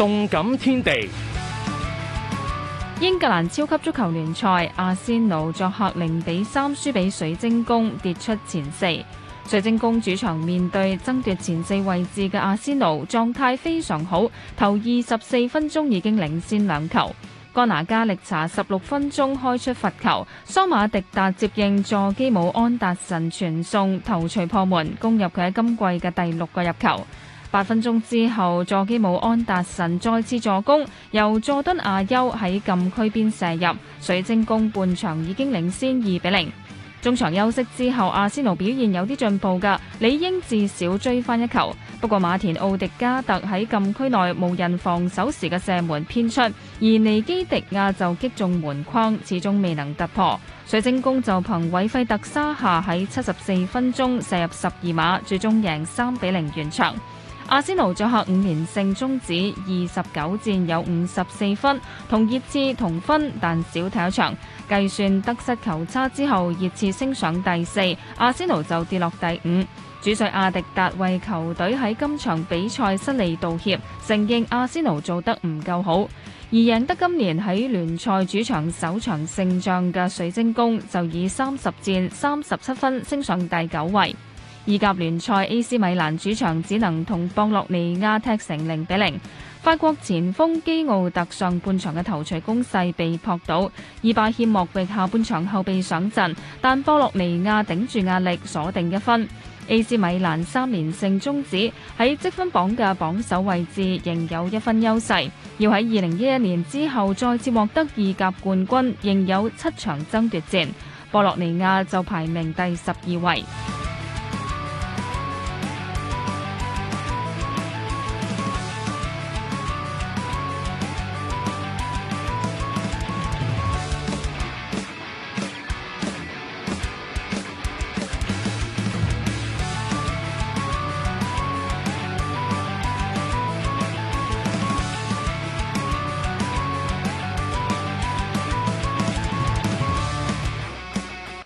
動感天地。 英格蘭超級足球聯賽，阿仙奴作客0-3輸俾水晶宮，跌出前四。水晶宮主場面對爭奪前四位置嘅阿仙奴，狀態非常好，頭24分鐘已經領先2球。干拿加力查16分鐘開出罰球，桑馬迪達接應佐基姆安達臣傳送頭槌破門，攻入佢喺今季嘅第6個入球。8分鐘之後，佐基姆安達臣再次助攻，由佐敦亞優喺禁區邊射入，水晶宮半場已經領先2-0。中場休息之後，阿仙奴表現有啲進步㗎，理應至少追翻一球。不過馬田奧迪加特喺禁區內無人防守時嘅射門偏出，而尼基迪亞就擊中門框，始終未能突破。水晶宮就憑韋費特沙夏喺74分鐘射入12碼，最終贏3-0完場。阿仙奴作客5連勝終止29戰有54分，同熱刺同分，但少踢一場。計算得失球差之後，熱刺升上第4，阿仙奴就跌落第5。主帥阿迪達為球隊喺今場比賽失利道歉，承認阿仙奴做得唔夠好。而贏得今年喺聯賽主場首場勝仗嘅水晶宮就以30戰37分升上第9位。意甲聯賽 AC 米蘭主場只能同博洛尼亞踢成0-0。法國前鋒基奧特上半場嘅頭槌攻勢被撲倒，伊巴謙莫域下半場後備上陣，但博洛尼亞頂住壓力鎖定1分。AC 米蘭3連勝終止，喺積分榜嘅榜首位置仍有1分優勢，要喺2011年之後再次獲得意甲冠軍，仍有7場爭奪戰。博洛尼亞就排名第12位。